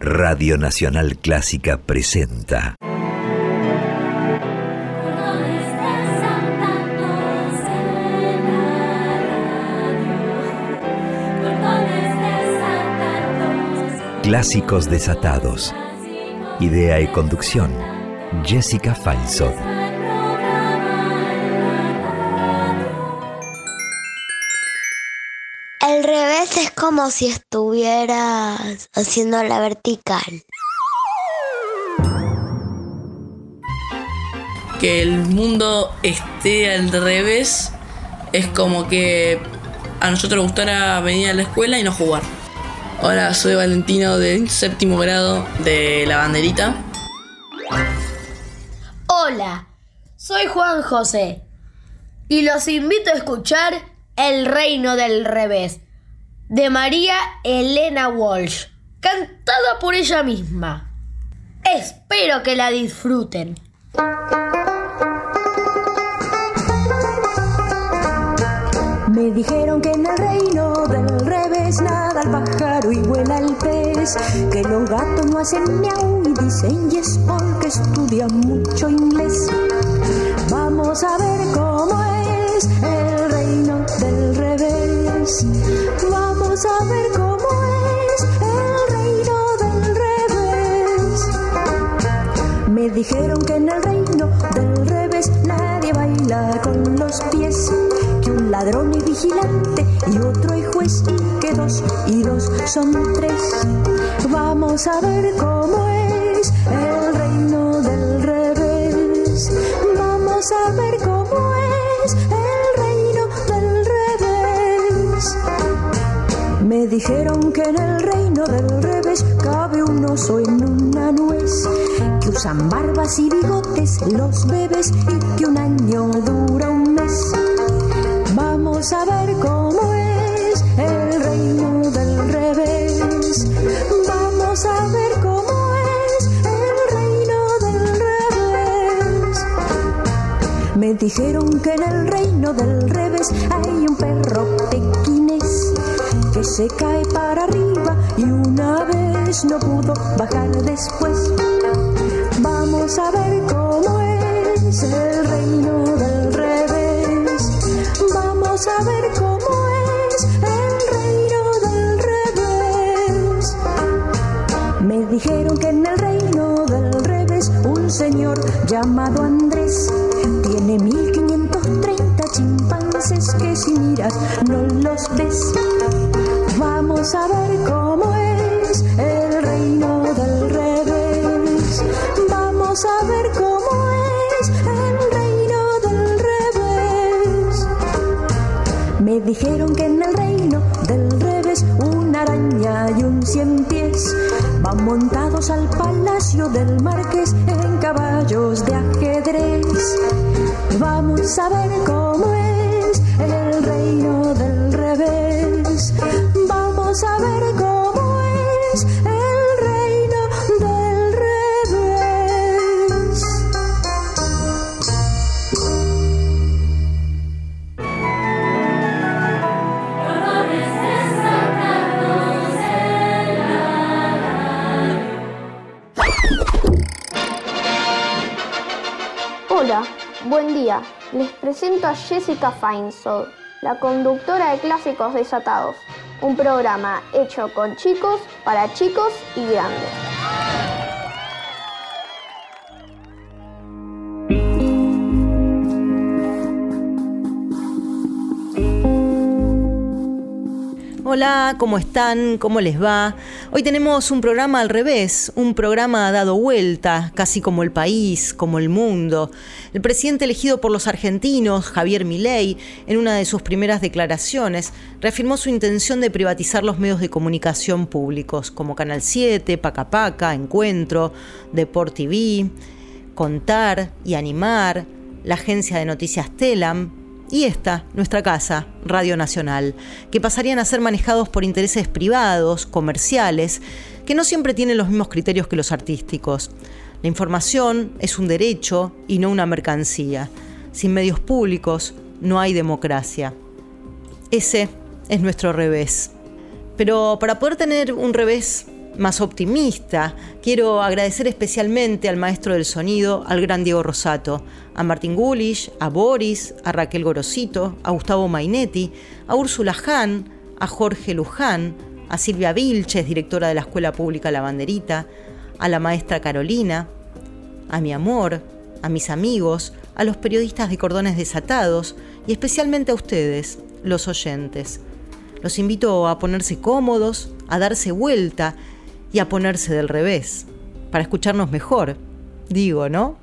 Radio Nacional Clásica presenta Clásicos Desatados. Idea y conducción, Jessica Feinsohn. El revés es como si estuvieras haciendo la vertical. Que el mundo esté al revés es como que a nosotros nos gustara venir a la escuela y no jugar. Hola, soy Valentino del 7º grado de La Banderita. Hola, soy Juan José y los invito a escuchar El Reino del Revés, de María Elena Walsh, cantada por ella misma. Espero que la disfruten. Me dijeron que en el reino del revés nada el pájaro y vuela el pez, que los gatos no hacen miau y dicen yes porque estudian mucho inglés. Vamos a ver cómo es el reino del revés. Vamos a ver cómo es el reino del revés. Me dijeron que en el reino del revés nadie baila con los pies, que un ladrón es vigilante y otro es juez, y que 2 y 2 son 3. Vamos a ver cómo es el reino del revés. Vamos a ver cómo es el reino del revés. Me dijeron que en el reino del revés cabe un oso en una nuez, que usan barbas y bigotes los bebés y que un año dura un mes. Vamos a ver cómo es el reino del revés. Vamos a ver cómo es el reino del revés. Me dijeron que en el reino del revés hay un perro pequinés que se cae para arriba y una vez no pudo bajar después. Vamos a ver cómo es el reino del revés. Vamos a ver cómo es el reino del revés. Me dijeron que en el reino del revés un señor llamado Andrés tiene 1530 chimpancés que si miras no los ves. Vamos a ver cómo es el reino del revés. Vamos a ver cómo es el reino del revés. Me dijeron que en el reino del revés una araña y un 100 pies van montados al palacio del marqués en caballos de ajedrez. Vamos a ver cómo es el reino del revés. Vamos a ver cómo es el reino del revés. Hola, buen día. Les presento a Jessica Feinsohn, la conductora de Clásicos Desatados, un programa hecho con chicos, para chicos y grandes. Hola, ¿cómo están? ¿Cómo les va? Hoy tenemos un programa al revés, un programa dado vuelta, casi como el país, como el mundo. El presidente elegido por los argentinos, Javier Milei, en una de sus primeras declaraciones, reafirmó su intención de privatizar los medios de comunicación públicos, como Canal 7, Paca Paca, Encuentro, Deport TV, Contar y Animar, la agencia de noticias Telam, y esta, nuestra casa, Radio Nacional, que pasarían a ser manejados por intereses privados, comerciales, que no siempre tienen los mismos criterios que los artísticos. La información es un derecho y no una mercancía. Sin medios públicos no hay democracia. Ese es nuestro revés. Pero para poder tener un revés más optimista. Quiero agradecer especialmente al maestro del sonido, al gran Diego Rosato, a Martín Gulish, a Boris, a Raquel Gorosito, a Gustavo Mainetti, a Úrsula Hahn, a Jorge Luján, a Silvia Vilches, directora de la Escuela Pública La Banderita, a la maestra Carolina, a mi amor, a mis amigos, a los periodistas de Cordones Desatados y especialmente a ustedes, los oyentes. Los invito a ponerse cómodos, a darse vuelta y a ponerse del revés, para escucharnos mejor, digo, ¿no?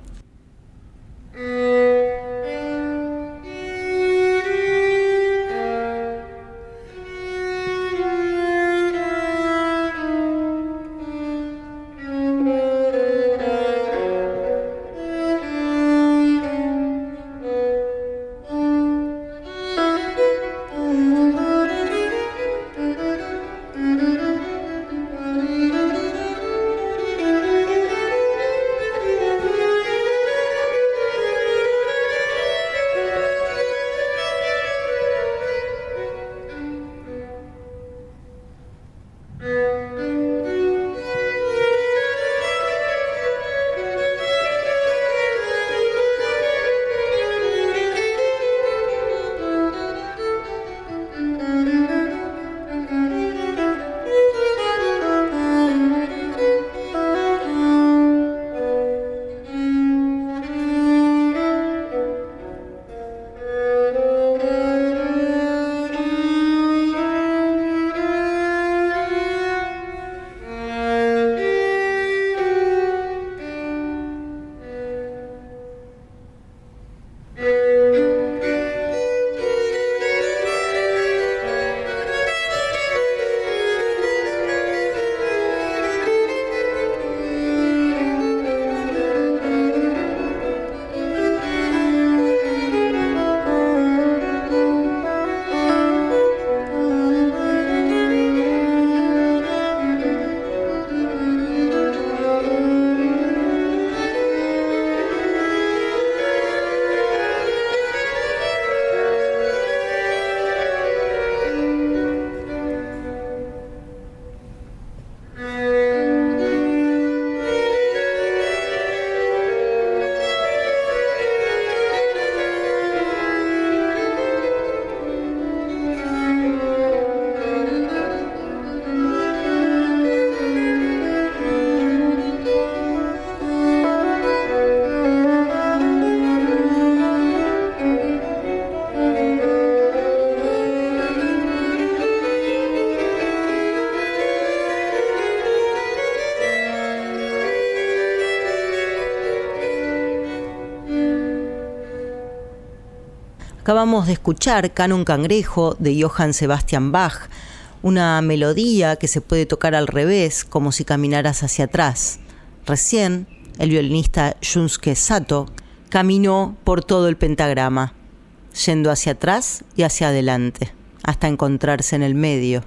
Acabamos de escuchar Canon Cangrejo de Johann Sebastian Bach, una melodía que se puede tocar al revés, como si caminaras hacia atrás. Recién, el violinista Shunsuke Sato caminó por todo el pentagrama, yendo hacia atrás y hacia adelante, hasta encontrarse en el medio.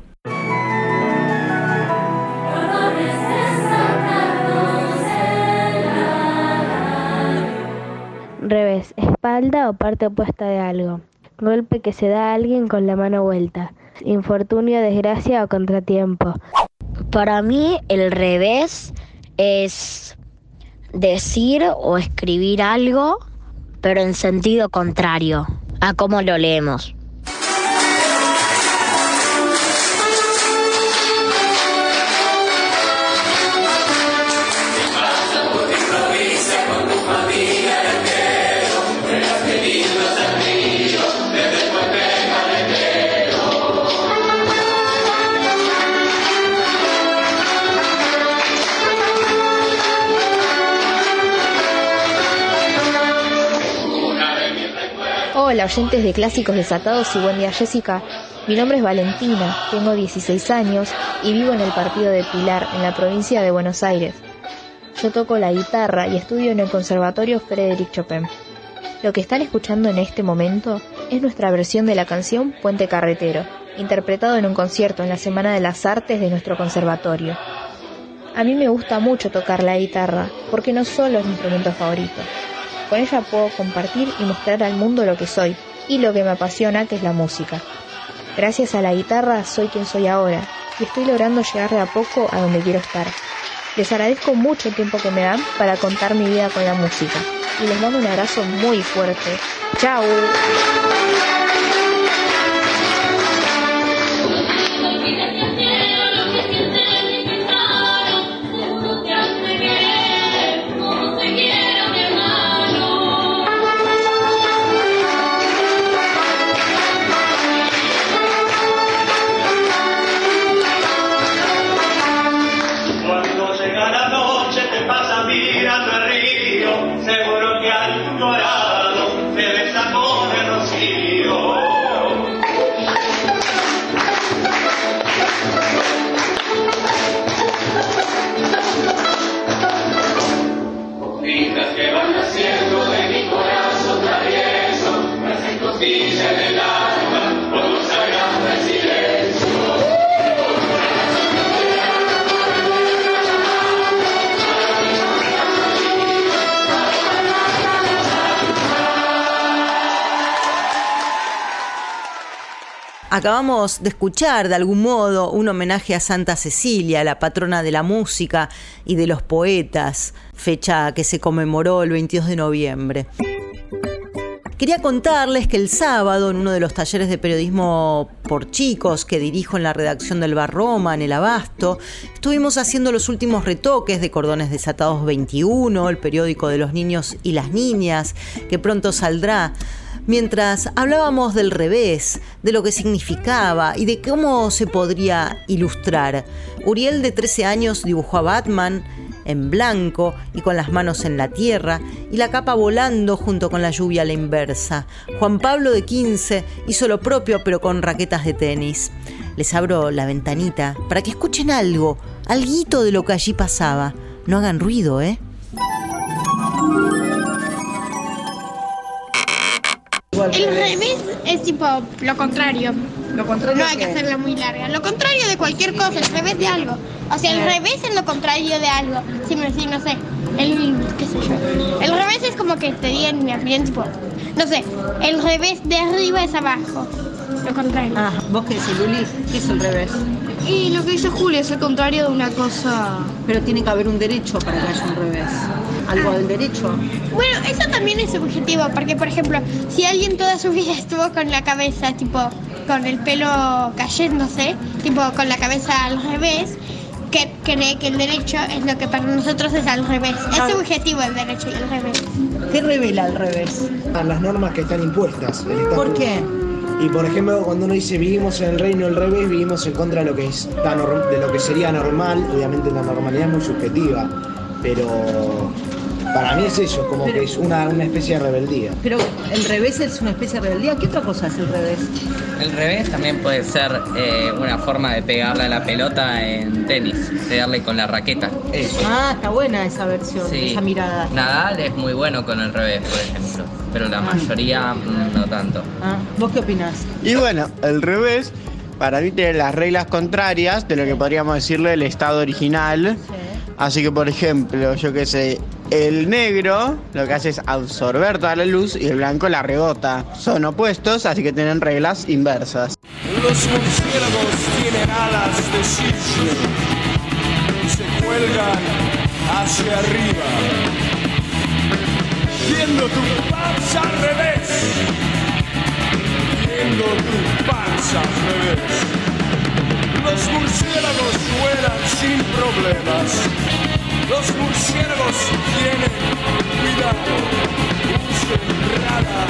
Revés, espalda o parte opuesta de algo. Golpe que se da a alguien con la mano vuelta. Infortunio, desgracia o contratiempo. Para mí el revés es decir o escribir algo, pero en sentido contrario a cómo lo leemos. Hola, oyentes de Clásicos Desatados y buen día, Jessica. Mi nombre es Valentina, tengo 16 años y vivo en el partido de Pilar, en la provincia de Buenos Aires. Yo toco la guitarra y estudio en el Conservatorio Frédéric Chopin. Lo que están escuchando en este momento es nuestra versión de la canción Puente Carretero, interpretado en un concierto en la Semana de las Artes de nuestro conservatorio. A mí me gusta mucho tocar la guitarra, porque no solo es mi instrumento favorito. Con ella puedo compartir y mostrar al mundo lo que soy y lo que me apasiona, que es la música. Gracias a la guitarra soy quien soy ahora y estoy logrando llegar de a poco a donde quiero estar. Les agradezco mucho el tiempo que me dan para contar mi vida con la música y les mando un abrazo muy fuerte. ¡Chao! Acabamos de escuchar, de algún modo, un homenaje a Santa Cecilia, la patrona de la música y de los poetas, fecha que se conmemoró el 22 de noviembre. Quería contarles que el sábado, en uno de los talleres de periodismo por chicos que dirijo en la redacción del Bar Roma, en el Abasto, estuvimos haciendo los últimos retoques de Cordones Desatados 21, el periódico de los niños y las niñas, que pronto saldrá. Mientras hablábamos del revés, de lo que significaba y de cómo se podría ilustrar. Uriel, de 13 años, dibujó a Batman en blanco y con las manos en la tierra y la capa volando junto con la lluvia a la inversa. Juan Pablo, de 15, hizo lo propio pero con raquetas de tenis. Les abro la ventanita para que escuchen alguito de lo que allí pasaba. No hagan ruido, ¿eh? El revés es tipo lo contrario. ¿Lo contrario? No hay que hacerla muy larga. Lo contrario de cualquier cosa, el revés de algo. O sea, el revés es lo contrario de algo. Sí, no sé. ¿Qué sé yo? El revés es como que te digan bien tipo, no sé, el revés de arriba es abajo. Lo contrario. Ah, ¿vos qué decís, Luli? ¿Qué es el revés? Y lo que dice Julio es el contrario de una cosa. Pero tiene que haber un derecho para que haya un revés. ¿Algo del derecho? Bueno, eso también es subjetivo, porque por ejemplo, si alguien toda su vida estuvo con la cabeza, tipo, con el pelo cayéndose, tipo, con la cabeza al revés, que cree que el derecho es lo que para nosotros es al revés. Es subjetivo el derecho y el revés. ¿Qué revela el revés? Las normas que están impuestas. ¿Por qué? Y por ejemplo, cuando uno dice vivimos en el reino del revés, vivimos en contra de lo que es de lo que sería normal. Obviamente la normalidad es muy subjetiva, pero para mí es eso, como que es una especie de rebeldía. Pero el revés es una especie de rebeldía. ¿Qué otra cosa es el revés? El revés también puede ser una forma de pegarle a la pelota en tenis, de darle con la raqueta. Eso. Ah, está buena esa versión, sí. Esa mirada. Nadal es muy bueno con el revés, por ejemplo, pero la mayoría no tanto. ¿Vos qué opinás? Y bueno, el revés para mí tiene las reglas contrarias de lo que podríamos decirle el estado original. Sí. Así que, por ejemplo, yo qué sé, el negro lo que hace es absorber toda la luz y el blanco la rebota. Son opuestos, así que tienen reglas inversas. Los murciélagos tienen alas de cisne y se cuelgan hacia arriba, viendo tu panza al revés, viendo tu panza al revés. Los murciélagos vuelan sin problemas. Los murciélagos tienen cuidado, usen radar.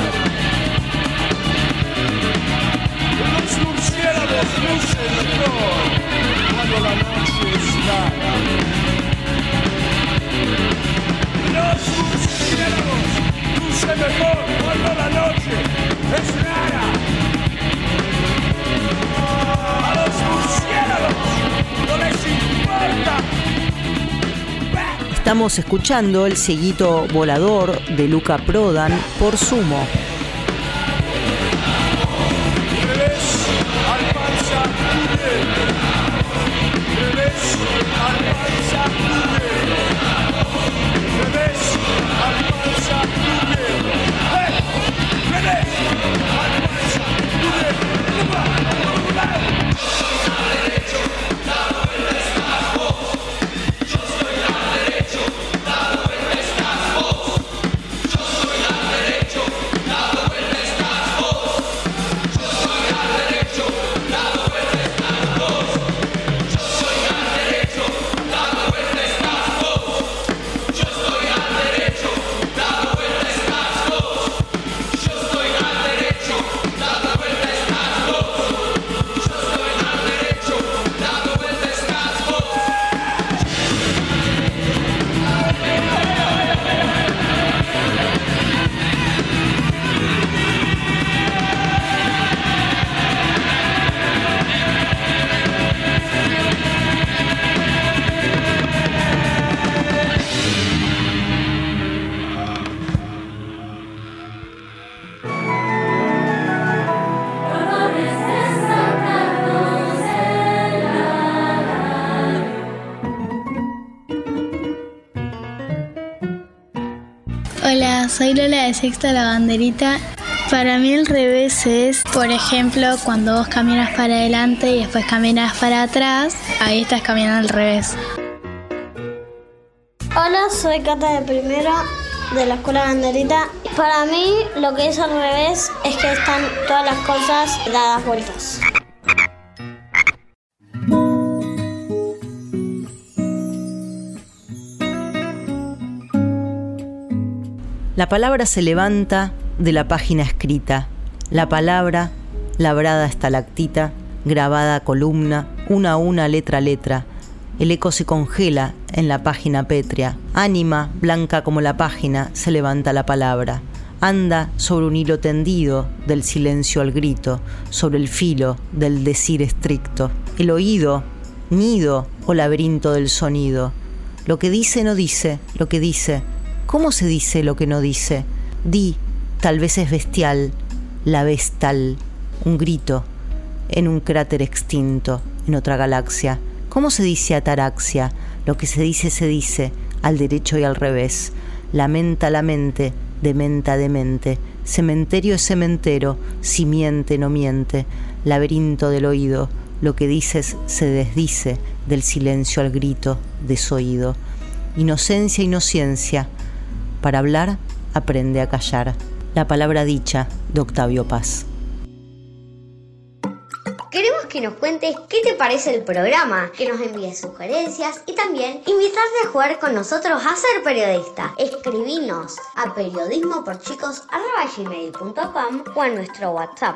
Los murciélagos lucen mejor cuando la noche es clara. Los murciélagos lucen mejor cuando la noche es rara. A los murciélagos no les importa. Estamos escuchando El cieguito volador de Luca Prodan por Sumo. Hola, soy Lola de Sexto La Banderita. Para mí el revés es, por ejemplo, cuando vos caminas para adelante y después caminas para atrás, ahí estás caminando al revés. Hola, soy Cata de primero de la Escuela Banderita. Para mí lo que es al revés es que están todas las cosas dadas vueltas. La palabra se levanta de la página escrita. La palabra, labrada estalactita, grabada columna, una a una, letra a letra. El eco se congela en la página pétrea. Ánima, blanca como la página, se levanta la palabra. Anda sobre un hilo tendido, del silencio al grito, sobre el filo del decir estricto. El oído, nido o laberinto del sonido. Lo que dice no dice, lo que dice. ¿Cómo se dice lo que no dice? Di, tal vez es bestial, la vestal, un grito, en un cráter extinto, en otra galaxia. ¿Cómo se dice ataraxia? Lo que se dice, al derecho y al revés. Lamenta la mente, dementa demente. Cementerio es cementero, si miente no miente. Laberinto del oído, lo que dices se desdice, del silencio al grito, desoído. Inocencia, inociencia. Para hablar, aprende a callar. La palabra dicha, de Octavio Paz. Queremos que nos cuentes qué te parece el programa, que nos envíes sugerencias y también invitarte a jugar con nosotros a ser periodista. Escribinos a periodismoporchicos@gmail.com o a nuestro WhatsApp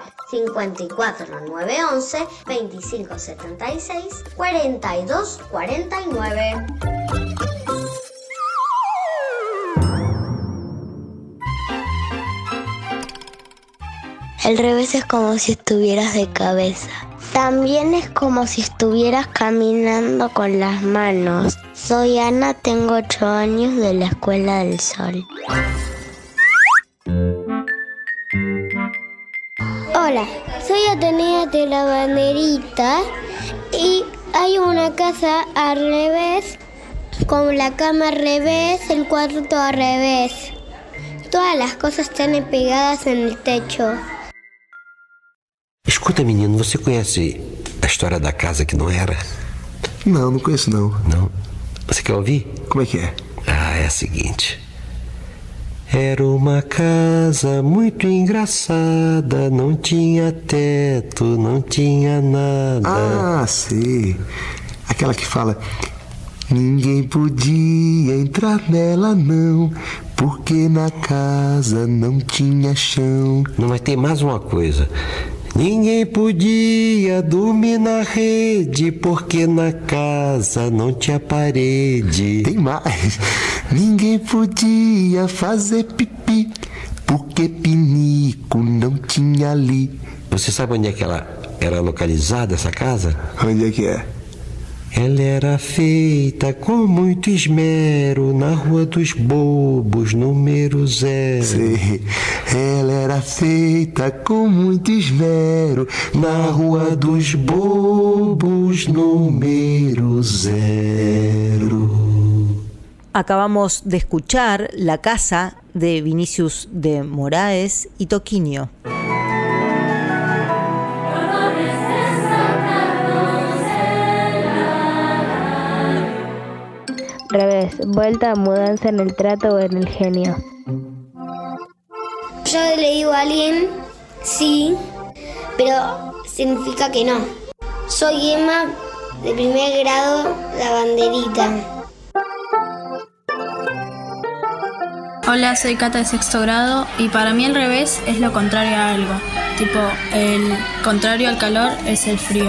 54911 2576 4249. El revés es como si estuvieras de cabeza. También es como si estuvieras caminando con las manos. Soy Ana, tengo 8 años de la Escuela del Sol. Hola, soy Atenea de la Banderita y hay una casa al revés, con la cama al revés, el cuarto al revés. Todas las cosas están pegadas en el techo. Escuta, menino, você conhece a história da casa que não era? Não, não conheço não. Não? Você quer ouvir? Como é que é? Ah, é a seguinte. Era uma casa muito engraçada, não tinha teto, não tinha nada. Ah, sei. Aquela que fala: ninguém podia entrar nela não, porque na casa não tinha chão. Não, mas tem mais uma coisa. Ninguém podia dormir na rede, porque na casa não tinha parede. Tem mais. Ninguém podia fazer pipi, porque pinico não tinha ali. Você sabe onde é que ela era localizada, essa casa? Onde é que é? Ela era feita com muito esmero na Rua dos Bobos, número 0. Sei. Ela era feita com muito esmero na Rua dos Bobos, número 0. Acabamos de escuchar La Casa de Vinicius de Moraes y Toquinho. Revés, vuelta, mudanza en el trato o en el genio. Yo le digo a alguien sí, pero significa que no. Soy Emma, de primer grado, La Banderita. Hola, soy Cata de sexto grado y para mí el revés es lo contrario a algo. Tipo, el contrario al calor es el frío.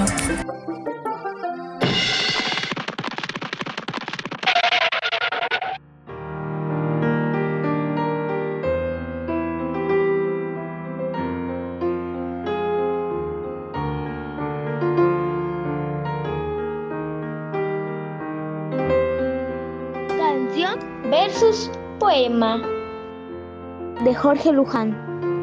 Canción versus poema de Jorge Luján.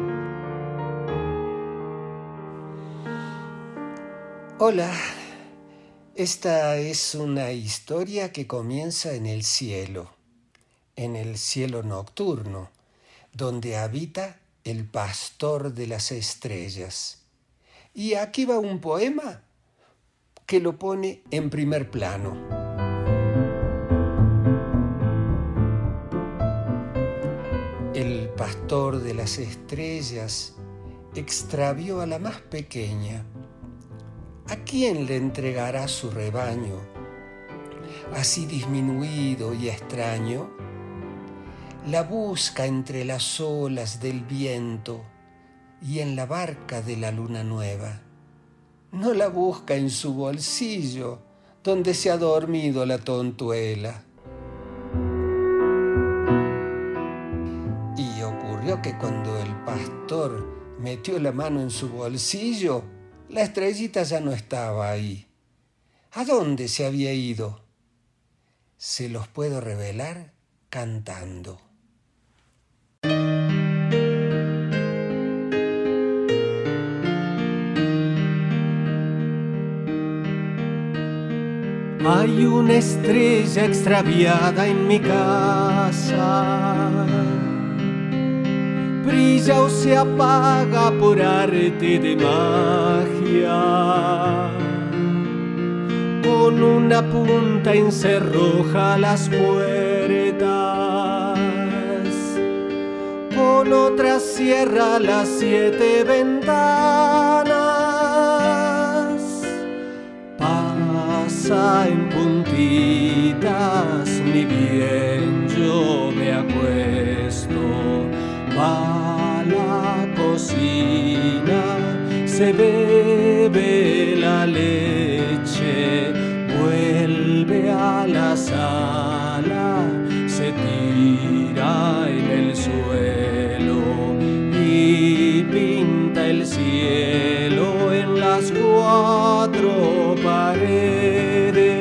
Hola, esta es una historia que comienza en el cielo nocturno, donde habita el pastor de las estrellas. Y aquí va un poema que lo pone en primer plano. El pastor de las estrellas extravió a la más pequeña. ¿A quién le entregará su rebaño? Así disminuido y extraño, la busca entre las olas del viento y en la barca de la luna nueva. No la busca en su bolsillo, donde se ha dormido la tontuela. Y ocurrió que cuando el pastor metió la mano en su bolsillo, la estrellita ya no estaba ahí. ¿A dónde se había ido? Se los puedo revelar cantando. Hay una estrella extraviada en mi casa. Brilla o se apaga por arte de magia. Con una punta encerroja las puertas, con otra cierra las 7 ventanas. Pasa en puntitas, ni bien yo me acuesto. Va a la cocina, se bebe la leche, vuelve a la sala, se tira en el suelo y pinta el cielo en las 4 paredes.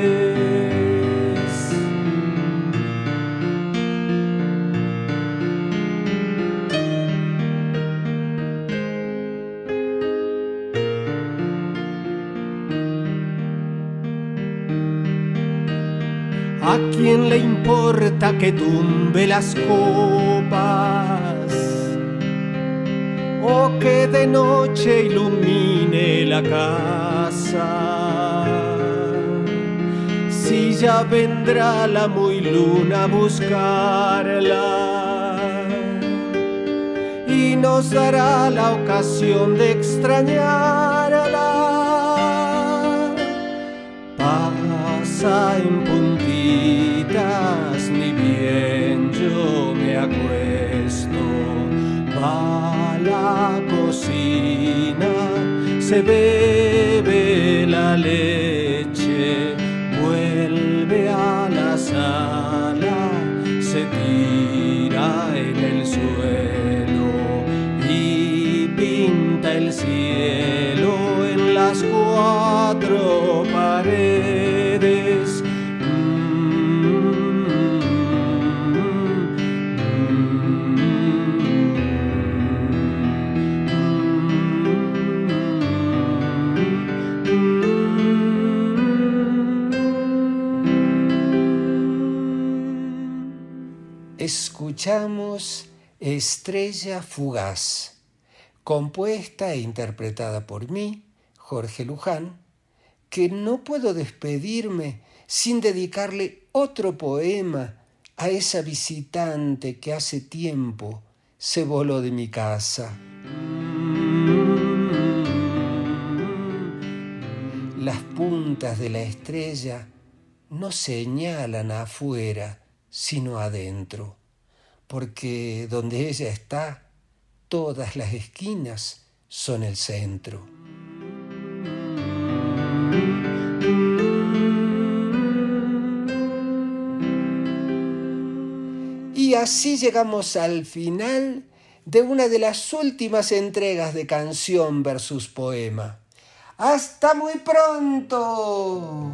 ¿A quién le importa que tumbe las copas o que de noche ilumine la casa? Si ya vendrá la muy luna a buscarla y nos dará la ocasión de extrañarla. Pasa en puntitas, ni bien yo me acuesto. Va a la cocina, se bebe la leche, vuelve a la sala, se tira en el suelo y pinta el cielo en las 4 paredes. Escuchamos Estrella Fugaz, compuesta e interpretada por mí, Jorge Luján, que no puedo despedirme sin dedicarle otro poema a esa visitante que hace tiempo se voló de mi casa. Las puntas de la estrella no señalan afuera, sino adentro, porque donde ella está, todas las esquinas son el centro. Y así llegamos al final de una de las últimas entregas de Canción versus Poema. ¡Hasta muy pronto!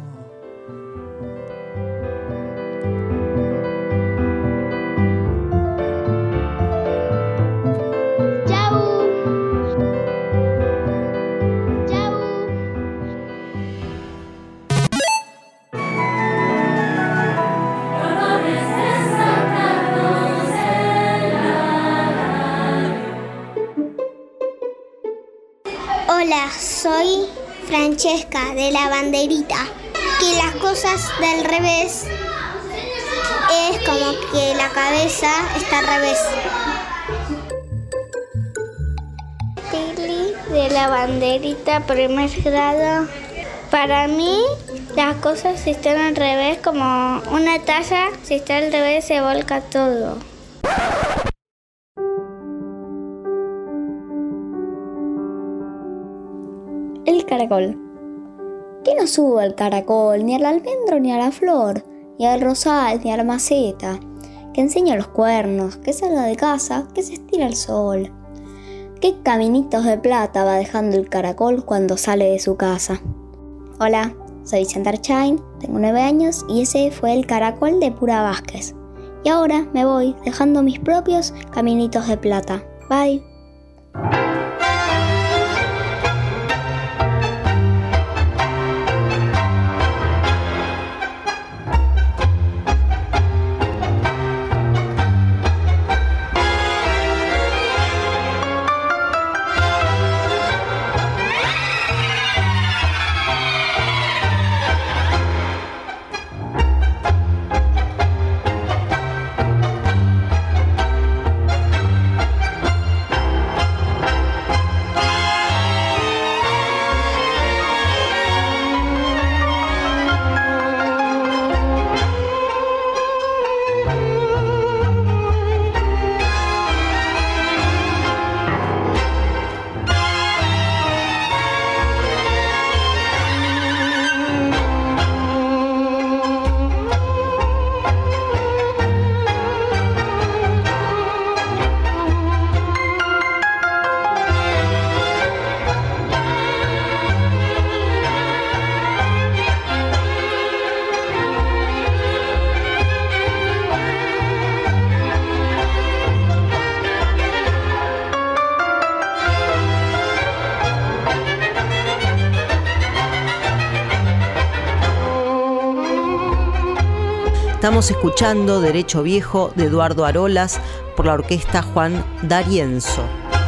Hola, soy Francesca de la banderita. Que las cosas del revés es como que la cabeza está al revés. Tilly de la banderita, primer grado. Para mí, las cosas si están al revés, como una taza, si está al revés se volca todo. El caracol. ¿Qué no sube al caracol, ni al almendro, ni a la flor, ni al rosal, ni a la maceta? Que enseña los cuernos, que salga de casa, que se estira el sol. ¿Qué caminitos de plata va dejando el caracol cuando sale de su casa? Hola, soy Chantar Chain, tengo 9 años y ese fue el caracol de Pura Vázquez. Y ahora me voy dejando mis propios caminitos de plata. Bye. Estamos escuchando Derecho Viejo de Eduardo Arolas por la orquesta Juan D'Arienzo.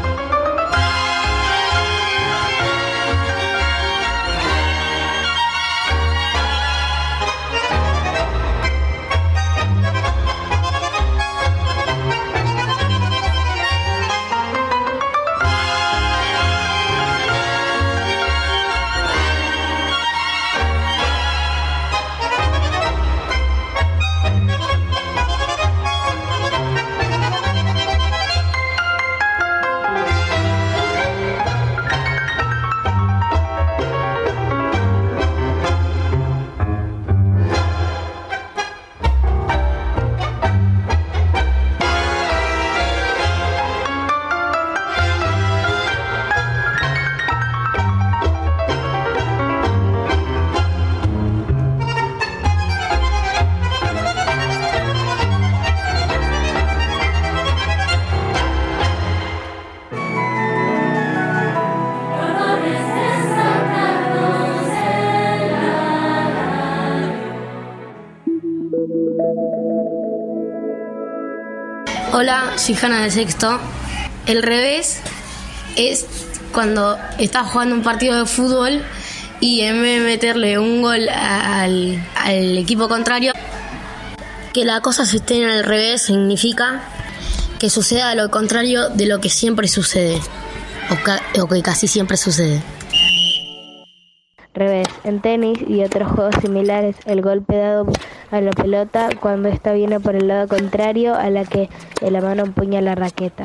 Hola, soy Hanna de sexto. El revés es cuando estás jugando un partido de fútbol y en vez de meterle un gol al equipo contrario, que la cosa se esté al revés significa que suceda lo contrario de lo que siempre sucede, o que casi siempre sucede. Revés. En tenis y otros juegos similares, el golpe dado a la pelota cuando esta viene por el lado contrario a la que la mano empuña la raqueta.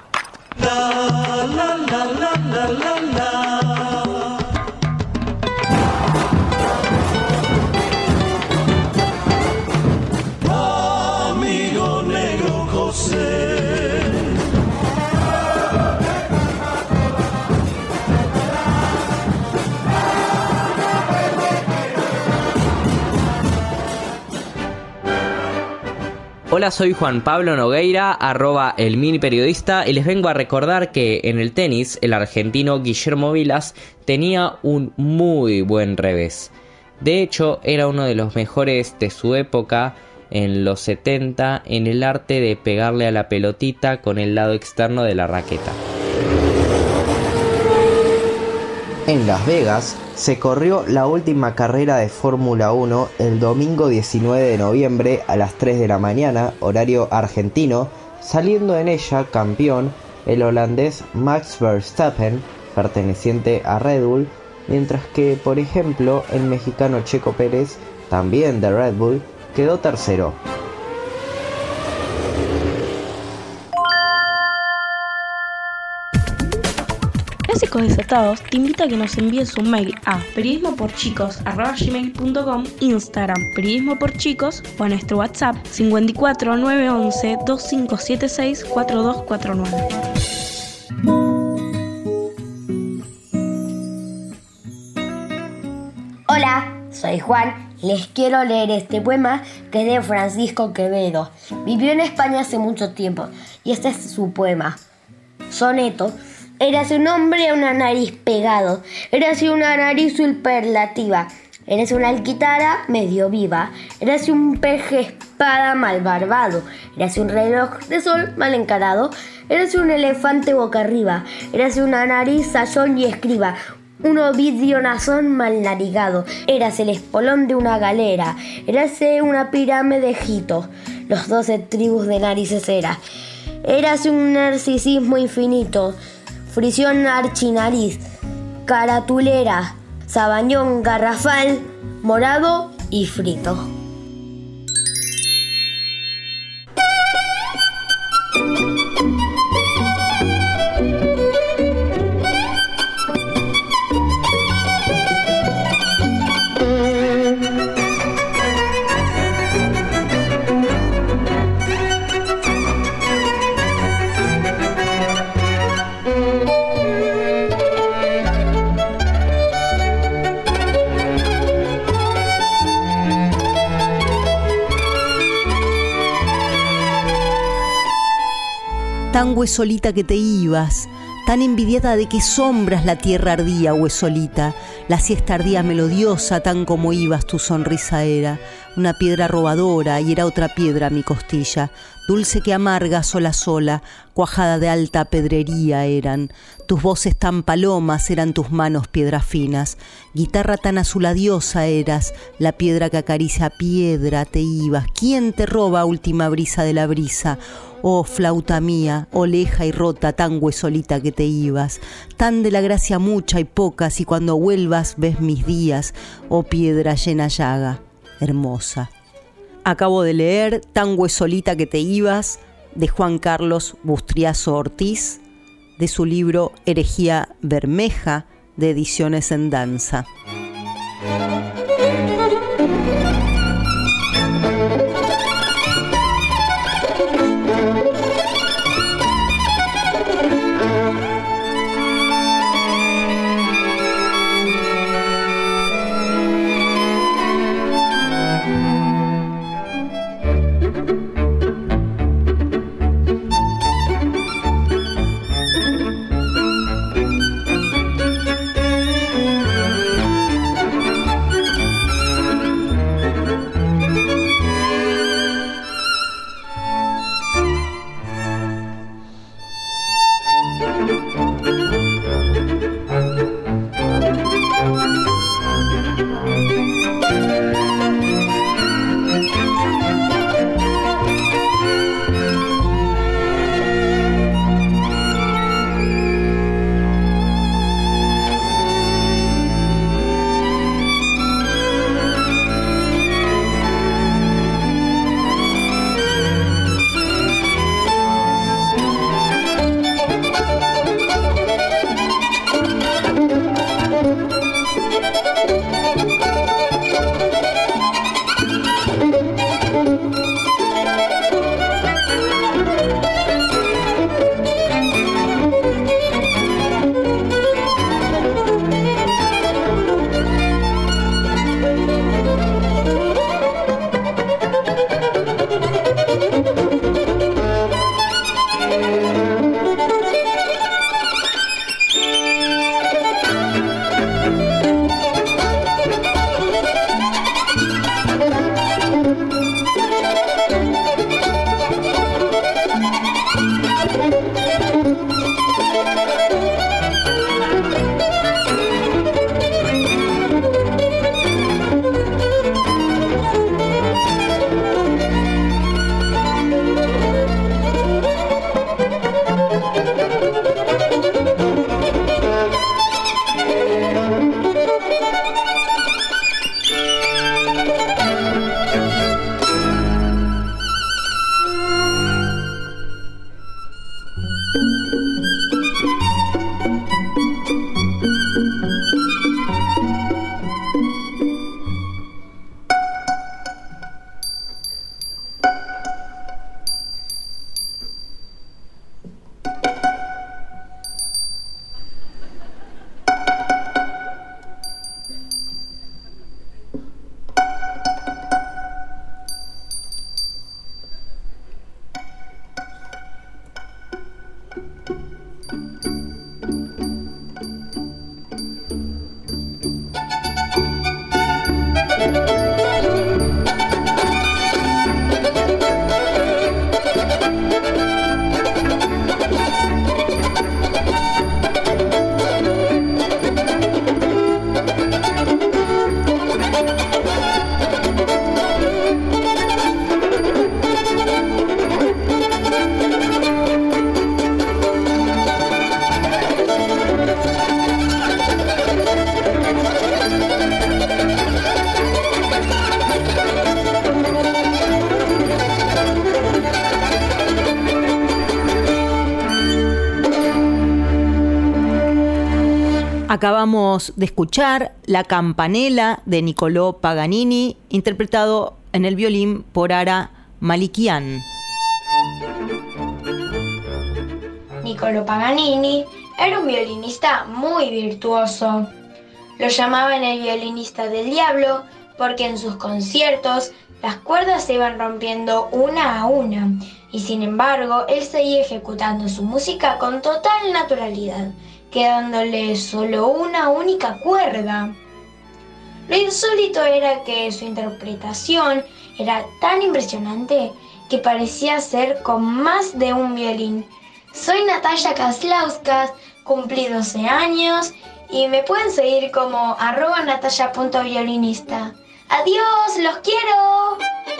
Amigo negro José. Hola, soy Juan Pablo Nogueira, @elminiperiodista, y les vengo a recordar que en el tenis el argentino Guillermo Vilas tenía un muy buen revés. De hecho, era uno de los mejores de su época en los 70 en el arte de pegarle a la pelotita con el lado externo de la raqueta. En Las Vegas se corrió la última carrera de Fórmula 1 el domingo 19 de noviembre a las 3 de la mañana, horario argentino, saliendo en ella campeón el holandés Max Verstappen, perteneciente a Red Bull, mientras que, por ejemplo, el mexicano Checo Pérez, también de Red Bull, quedó tercero. Clásicos Desatados te invita a que nos envíes un mail a periodismoporchicos@gmail.com, Instagram periodismoporchicos o a nuestro WhatsApp 54 911 2576 4249. Hola, soy Juan y les quiero leer este poema que es de Francisco Quevedo. Vivió en España hace mucho tiempo y este es su poema. Soneto. Érase un hombre a una nariz pegado, érase una nariz superlativa, érase una alquitara medio viva, érase un peje espada mal barbado, érase un reloj de sol mal encarado, érase un elefante boca arriba, érase una nariz sayón y escriba, un ovidio nazón mal narigado, érase el espolón de una galera, érase una pirámide de Egipto, los 12 tribus de narices era, érase un narcisismo infinito, frisión archinariz, caratulera, sabañón garrafal, morado y frito. Tan huesolita que te ibas, tan envidiada de qué sombras la tierra ardía, huesolita. La siesta ardía melodiosa, tan como ibas tu sonrisa era. Una piedra robadora y era otra piedra mi costilla. Dulce que amarga sola sola, cuajada de alta pedrería eran. Tus voces tan palomas eran tus manos piedras finas. Guitarra tan azuladiosa eras, la piedra que acaricia piedra te ibas. ¿Quién te roba última brisa de la brisa? Oh flauta mía, oleja y rota, tan huesolita que te ibas, tan de la gracia mucha y pocas, y cuando vuelvas ves mis días, oh piedra llena llaga, hermosa. Acabo de leer Tan huesolita que te ibas, de Juan Carlos Bustriazo Ortiz, de su libro Herejía Bermeja, de Ediciones en Danza. Acabamos de escuchar La Campanella de Niccolò Paganini, interpretado en el violín por Ara Malikian. Niccolò Paganini era un violinista muy virtuoso. Lo llamaban el violinista del diablo porque en sus conciertos las cuerdas se iban rompiendo una a una y sin embargo él seguía ejecutando su música con total naturalidad, quedándole solo una única cuerda. Lo insólito era que su interpretación era tan impresionante que parecía ser con más de un violín. Soy Natalia Kaslauskas, cumplí 12 años y me pueden seguir como @natalia.violinista. ¡Adiós! ¡Los quiero!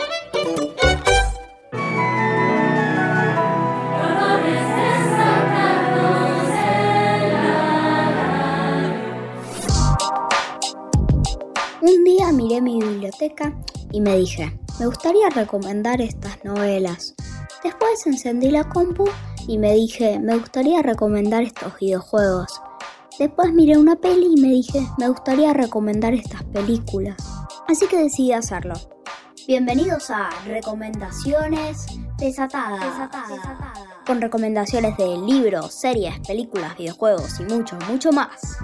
Un día miré mi biblioteca y me dije, me gustaría recomendar estas novelas. Después encendí la compu y me dije, me gustaría recomendar estos videojuegos. Después miré una peli y me dije, me gustaría recomendar estas películas. Así que decidí hacerlo. Bienvenidos a Recomendaciones Desatadas. Con recomendaciones de libros, series, películas, videojuegos y mucho, mucho más.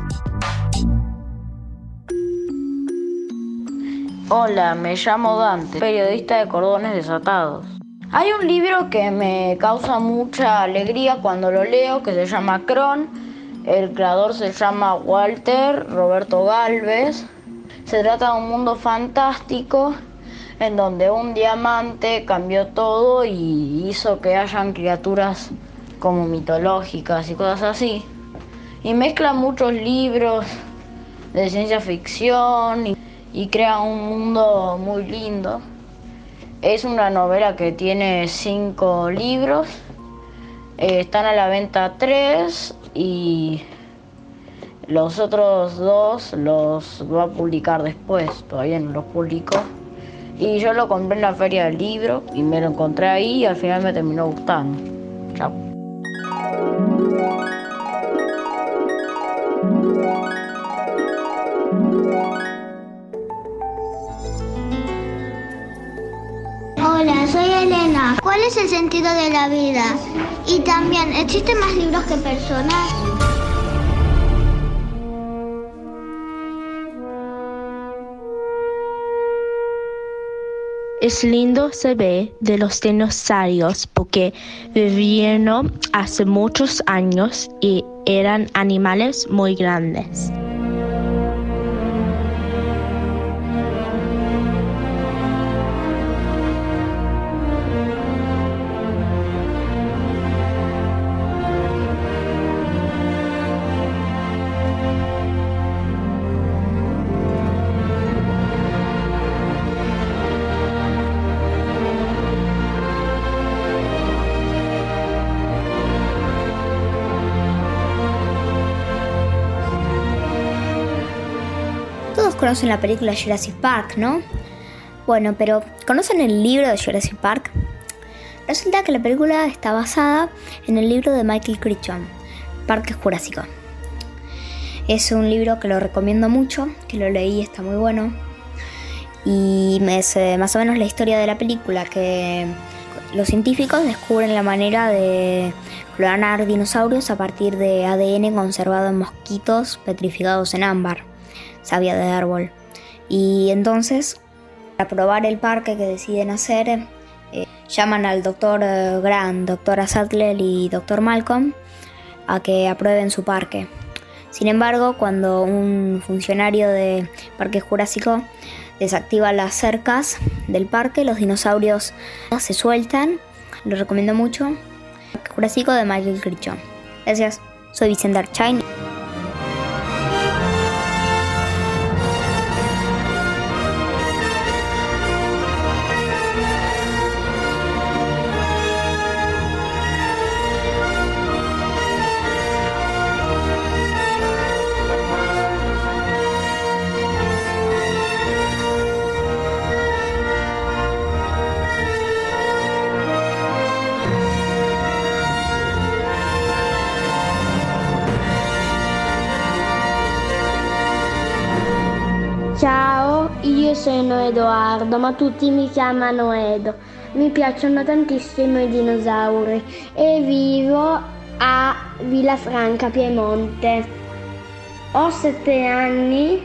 Hola, me llamo Dante, periodista de Cordones Desatados. Hay un libro que me causa mucha alegría cuando lo leo, que se llama Kron. El creador se llama Walter Roberto Galvez. Se trata de un mundo fantástico en donde un diamante cambió todo y hizo que hayan criaturas como mitológicas y cosas así. Y mezcla muchos libros de ciencia ficción y crea un mundo muy lindo. Es una novela que tiene 5 libros. Están a la venta 3 y los otros 2 los va a publicar después. Todavía no los publicó. Y yo lo compré en la feria del libro y me lo encontré ahí y al final me terminó gustando. Chao. Hola, soy Elena. ¿Cuál es el sentido de la vida? Y también, ¿existen más libros que personas? Es lindo saber de los dinosaurios porque vivieron hace muchos años y eran animales muy grandes. Todos conocen la película Jurassic Park, ¿no? Bueno, pero ¿conocen el libro de Jurassic Park? Resulta que la película está basada en el libro de Michael Crichton, Parque Jurásico. Es un libro que lo recomiendo mucho, que lo leí, está muy bueno. Y es más o menos la historia de la película, que los científicos descubren la manera de clonar dinosaurios a partir de ADN conservado en mosquitos petrificados en ámbar, savia de árbol. Y entonces, para probar el parque que deciden hacer, llaman al doctor Grant, doctora Sattler y doctor Malcolm a que aprueben su parque. Sin embargo, cuando un funcionario de Parque Jurásico desactiva las cercas del parque, los dinosaurios se sueltan. Lo recomiendo mucho. Parque Jurásico de Michael Crichton. Gracias, soy Vicente Archain. Ciao, io sono Edoardo, ma tutti mi chiamano Edo. Mi piacciono tantissimo i dinosauri e vivo a Villafranca, Piemonte. Ho 7 anni,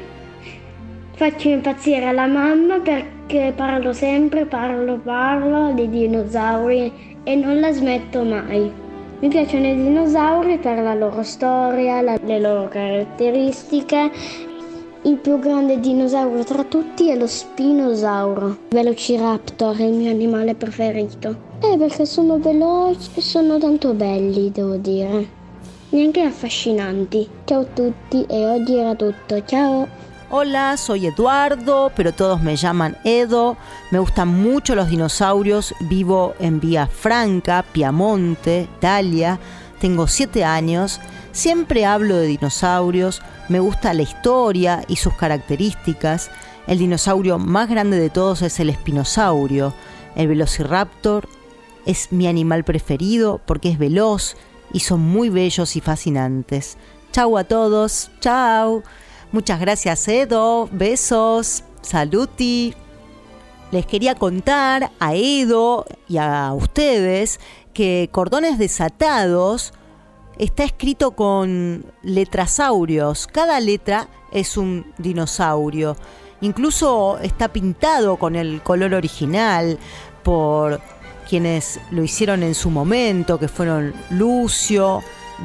faccio impazzire la mamma perché parlo sempre, parlo di dinosauri e non la smetto mai. Mi piacciono i dinosauri per la loro storia, le loro caratteristiche. Il più grande dinosauro tra tutti è lo spinosauro. Velociraptor è il mio animale preferito. Perché sono veloci e sono tanto belli, devo dire. Neanche affascinanti. Ciao a tutti e oggi era tutto. Ciao. Hola, soy Eduardo, pero todos me llaman Edo. Me gustan mucho los dinosaurios. Vivo en Villafranca, Piamonte, Italia. Tengo 7 años. Siempre hablo de dinosaurios. Me gusta la historia y sus características. El dinosaurio más grande de todos es el espinosaurio. El velociraptor es mi animal preferido porque es veloz y son muy bellos y fascinantes. Chau a todos. Chau. Muchas gracias, Edo. Besos. Saluti. Les quería contar a Edo y a ustedes que Cordones Desatados está escrito con letrasaurios. Cada letra es un dinosaurio. Incluso está pintado con el color original por quienes lo hicieron en su momento, que fueron Lucio,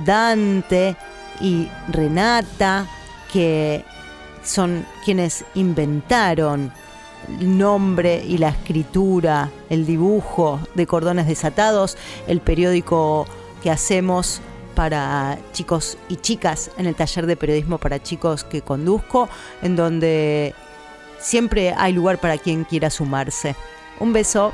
Dante y Renata, que son quienes inventaron el nombre y la escritura, el dibujo de Cordones Desatados, el periódico que hacemos para chicos y chicas en el taller de periodismo para chicos que conduzco, en donde siempre hay lugar para quien quiera sumarse. Un beso.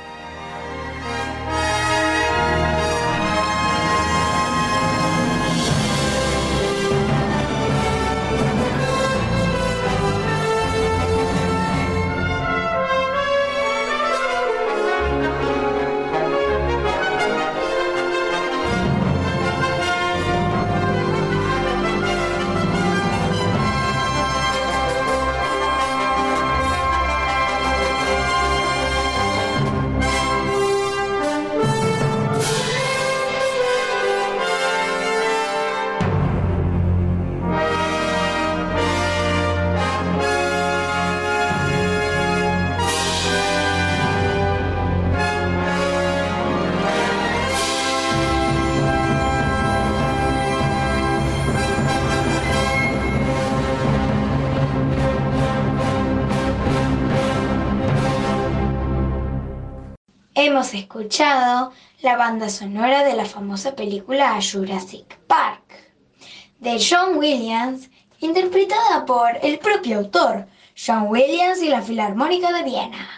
Hemos escuchado la banda sonora de la famosa película Jurassic Park, de John Williams, interpretada por el propio autor, John Williams y la Filarmónica de Viena.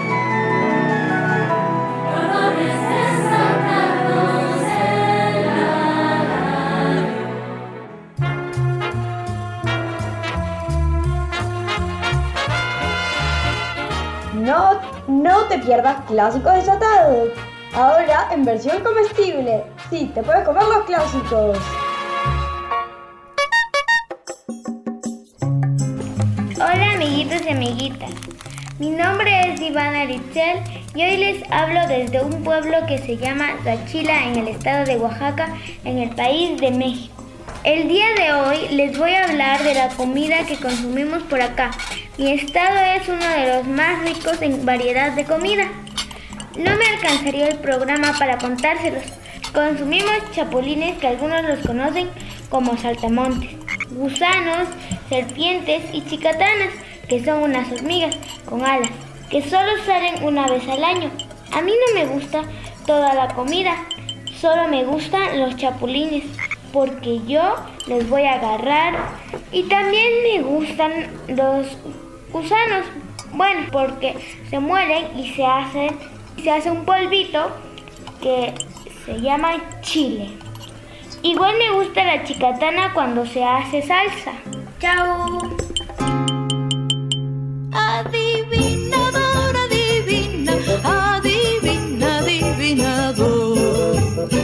No te pierdas Clásicos Desatados. Ahora en versión comestible. Sí, te puedes comer los clásicos. Hola amiguitos y amiguitas. Mi nombre es Ivana Ritzel y hoy les hablo desde un pueblo que se llama Táchira en el estado de Oaxaca, en el país de México. El día de hoy les voy a hablar de la comida que consumimos por acá. Mi estado es uno de los más ricos en variedad de comida. No me alcanzaría el programa para contárselos. Consumimos chapulines que algunos los conocen como saltamontes, gusanos, serpientes y chicatanas, que son unas hormigas con alas, que solo salen una vez al año. A mí no me gusta toda la comida, solo me gustan los chapulines, porque yo les voy a agarrar. Y también me gustan los gusanos, bueno, porque se mueren y se hace un polvito que se llama chile. Igual me gusta la chicatana cuando se hace salsa. ¡Chao! Adivinador, adivina, adivina, adivinador.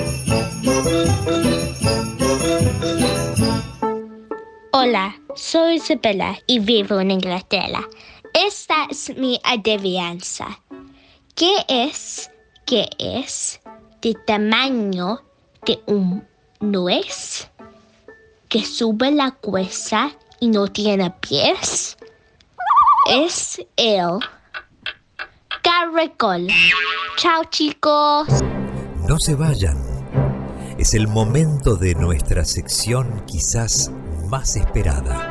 Hola, soy Isabella y vivo en Inglaterra. Esta es mi adivinanza. ¿Qué es del tamaño de un nuez que sube la cuesta y no tiene pies? Es el caracol. Chao, chicos. No se vayan. Es el momento de nuestra sección quizás más esperada.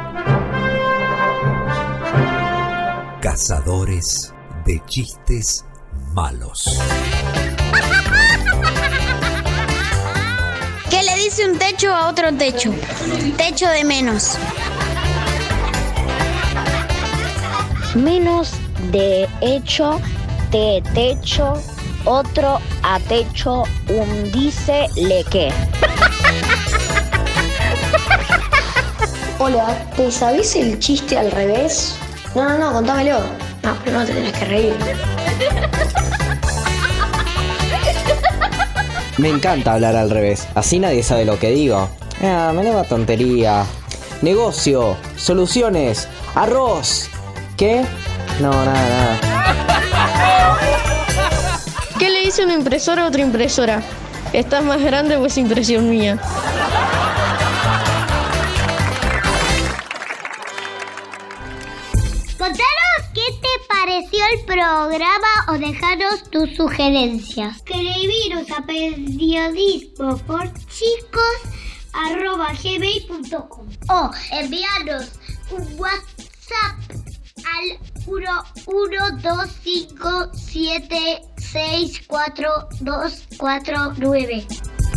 Cazadores de chistes malos. ¿Qué le dice un techo a otro techo? Techo de menos. Menos de hecho, de techo, otro a techo, un dice le que. Hola, ¿te sabés el chiste al revés? No, contámelo. No, pero no te tenés que reír. Me encanta hablar al revés, así nadie sabe lo que digo. Menuda tontería. Negocio, soluciones, arroz. ¿Qué? No, nada. ¿Qué le dice una impresora a otra impresora? ¿Estás más grande o es impresión mía? Contanos qué te pareció el programa o dejaros tus sugerencias. Escribiros a periodismoporchicos@gmail.com o enviarnos un WhatsApp al 11257642249.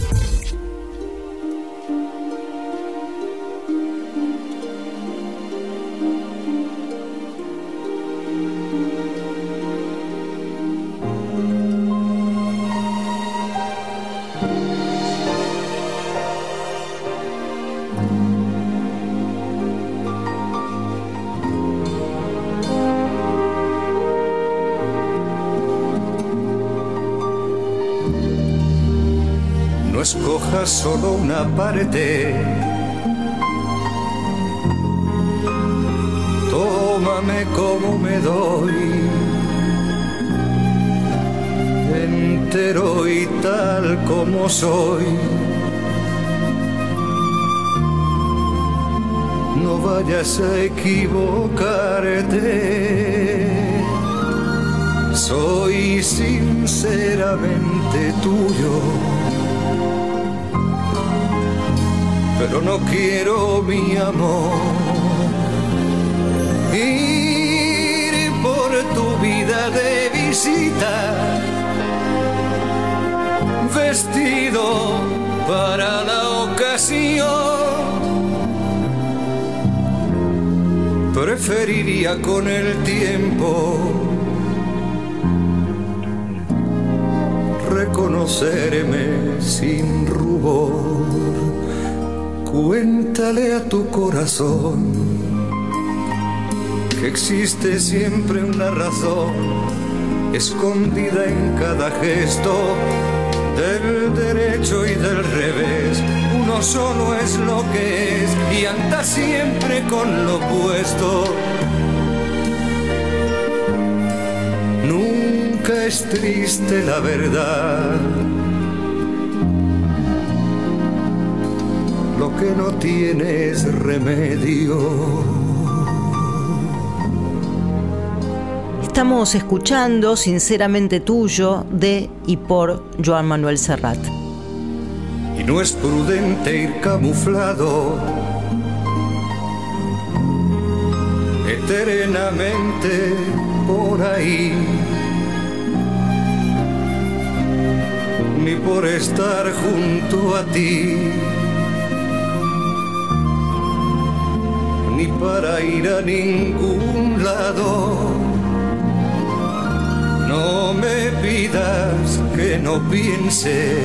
No escojas solo una parte. Tómame como me doy, entero y tal como soy. No vayas a equivocarte. Soy sinceramente tuyo, pero no quiero mi amor ir por tu vida de visita, vestido para la ocasión. Preferiría con el tiempo reconocerme sin rubor. Cuéntale a tu corazón que existe siempre una razón escondida en cada gesto del derecho y del revés. Uno solo es lo que es y anda siempre con lo opuesto. Nunca es triste la verdad. Lo que no tiene es remedio. Estamos escuchando Sinceramente Tuyo de y por Joan Manuel Serrat. Y no es prudente ir camuflado eternamente por ahí, ni por estar junto a ti, ni para ir a ningún lado. No me pidas que no piense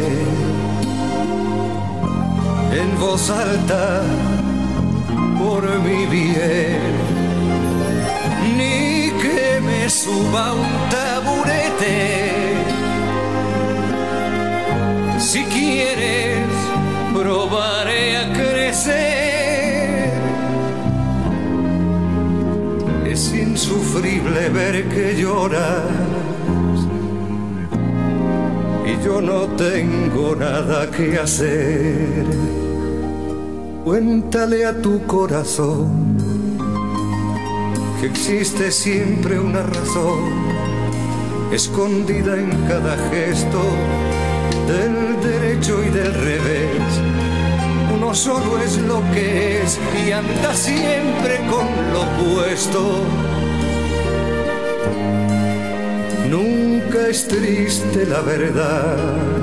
en voz alta por mi bien, ni que me suba a un taburete. Si quieres, probaré a crecer. Es insufrible ver que lloras y yo no tengo nada que hacer. Cuéntale a tu corazón que existe siempre una razón escondida en cada gesto del derecho y del revés. Uno solo es lo que es y anda siempre con lo opuesto. Nunca es triste la verdad.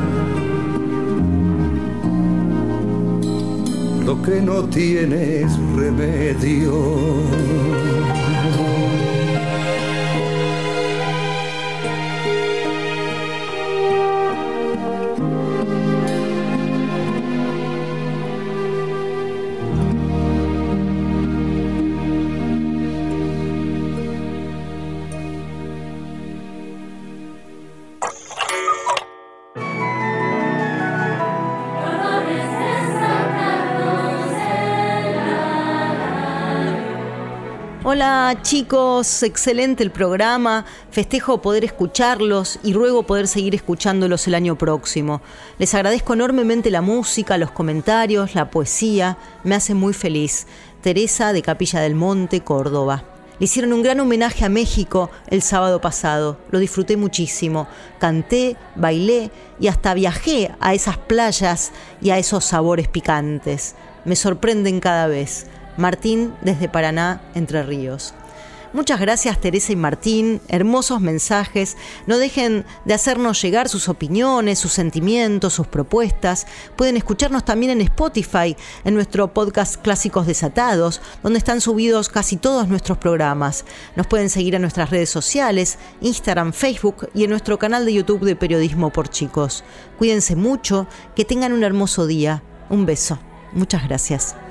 Lo que no tiene es remedio. Hola chicos, excelente el programa, festejo poder escucharlos y ruego poder seguir escuchándolos el año próximo. Les agradezco enormemente la música, los comentarios, la poesía, me hace muy feliz. Teresa de Capilla del Monte, Córdoba. Le hicieron un gran homenaje a México el sábado pasado, lo disfruté muchísimo, canté, bailé y hasta viajé a esas playas y a esos sabores picantes. Me sorprenden cada vez. Martín desde Paraná, Entre Ríos. Muchas gracias Teresa y Martín, hermosos mensajes. No dejen de hacernos llegar sus opiniones, sus sentimientos, sus propuestas. Pueden escucharnos también en Spotify, en nuestro podcast Clásicos Desatados, donde están subidos casi todos nuestros programas. Nos pueden seguir en nuestras redes sociales, Instagram, Facebook y en nuestro canal de YouTube de Periodismo por Chicos. Cuídense mucho, que tengan un hermoso día. Un beso. Muchas gracias.